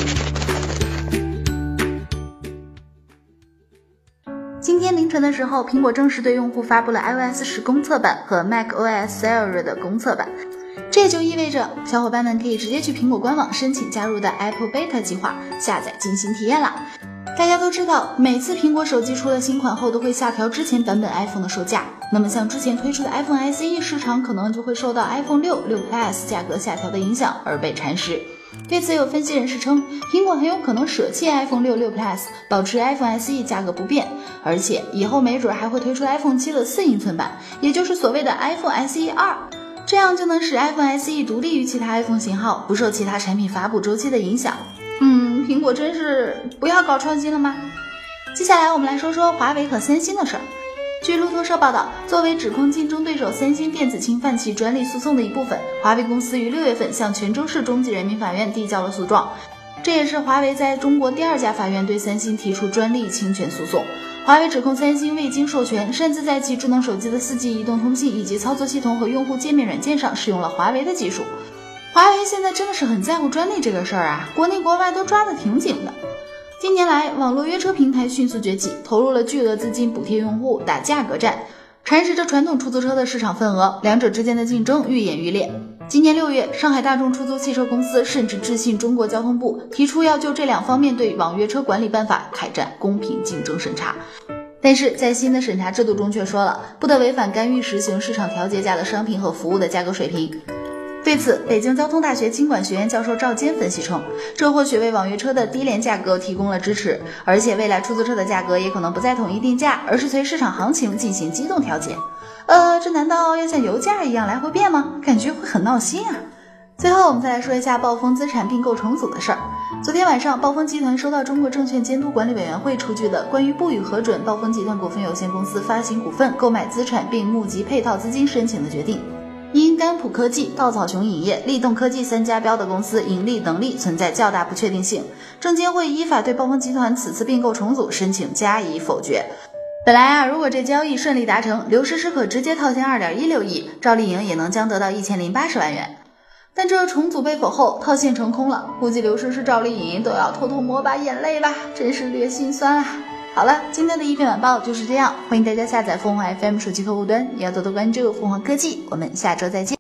今天凌晨的时候，苹果正式对用户发布了 iOS 10公测版和 macOS Sierra 的公测版，这也就意味着小伙伴们可以直接去苹果官网申请加入的 Apple Beta 计划，下载进行体验啦。大家都知道，每次苹果手机出了新款后都会下调之前版本 iPhone 的售价，那么像之前推出的 iPhone SE 市场可能就会受到 iPhone 6、6 Plus 价格下调的影响而被蚕食。对此有分析人士称，苹果很有可能舍弃 iPhone 6、6 Plus， 保持 iPhone SE 价格不变，而且以后没准还会推出 iPhone 7的4英寸版，也就是所谓的 iPhone SE 2，这样就能使 iPhone SE 独立于其他 iPhone 型号，不受其他产品发布周期的影响。苹果真是不要搞创新了吗？接下来我们来说说华为和三星的事儿。据路透社报道，作为指控竞争对手三星电子侵犯其专利诉讼的一部分，华为公司于6月份向泉州市中级人民法院递交了诉状，这也是华为在中国第2家法院对三星提出专利侵权诉讼。华为指控三星未经授权，擅自在其智能手机的4G 移动通信以及操作系统和用户界面软件上使用了华为的技术。华为现在真的是很在乎专利这个事儿啊，国内国外都抓得挺紧的。近年来，网络约车平台迅速崛起，投入了巨额资金补贴用户，打价格战，蚕食着传统出租车的市场份额，两者之间的竞争愈演愈烈。今年6月，上海大众出租汽车公司甚至致信中国交通部，提出要就这2方面对网约车管理办法开展公平竞争审查。但是在新的审查制度中却说了，不得违反干预实行市场调节价的商品和服务的价格水平。对此，北京交通大学经管学院教授赵坚分析称，这或许为网约车的低廉价格提供了支持，而且未来出租车的价格也可能不再统一定价，而是随市场行情进行机动调节。这难道要像油价一样来回变吗？感觉会很闹心啊。最后我们再来说一下暴风资产并购重组的事儿。昨天晚上，暴风集团收到中国证券监督管理委员会出具的关于不予核准暴风集团股份有限公司发行股份、购买资产并募集配套资金申请的决定。因甘普科技、稻草熊影业、立动科技3家标的公司盈利能力存在较大不确定性，证监会依法对暴风集团此次并购重组申请加以否决。本来如果这交易顺利达成，刘诗诗可直接套现 2.16 亿，赵丽颖也能将得到1080万元。但这重组被否后，套现成空了，估计刘诗诗、赵丽颖都要偷偷抹把眼泪吧，真是略心酸啊。好了，今天的一篇晚报就是这样，欢迎大家下载凤凰 FM 手机客户端，也要多多关注凤凰科技，我们下周再见。